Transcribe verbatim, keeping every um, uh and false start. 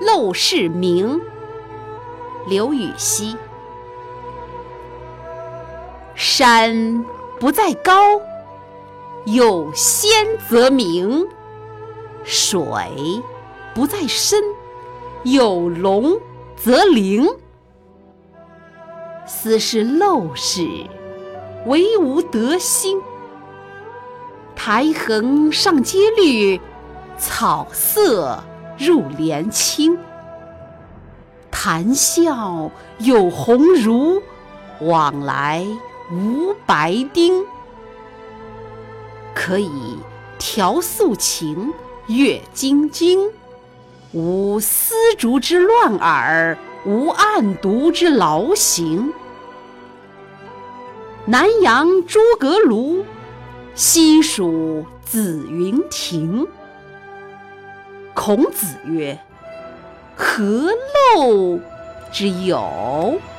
陋室铭，刘禹锡。山不在高，有仙则名；水不在深，有龙则灵。斯是陋室，惟吾德馨。台横上阶绿，草色入帘青。谈笑有鸿儒，往来无白丁。可以调素琴，阅金经。无丝竹之乱耳，无案牍之劳形。南阳诸葛庐，西蜀子云亭。孔子曰：何陋之有？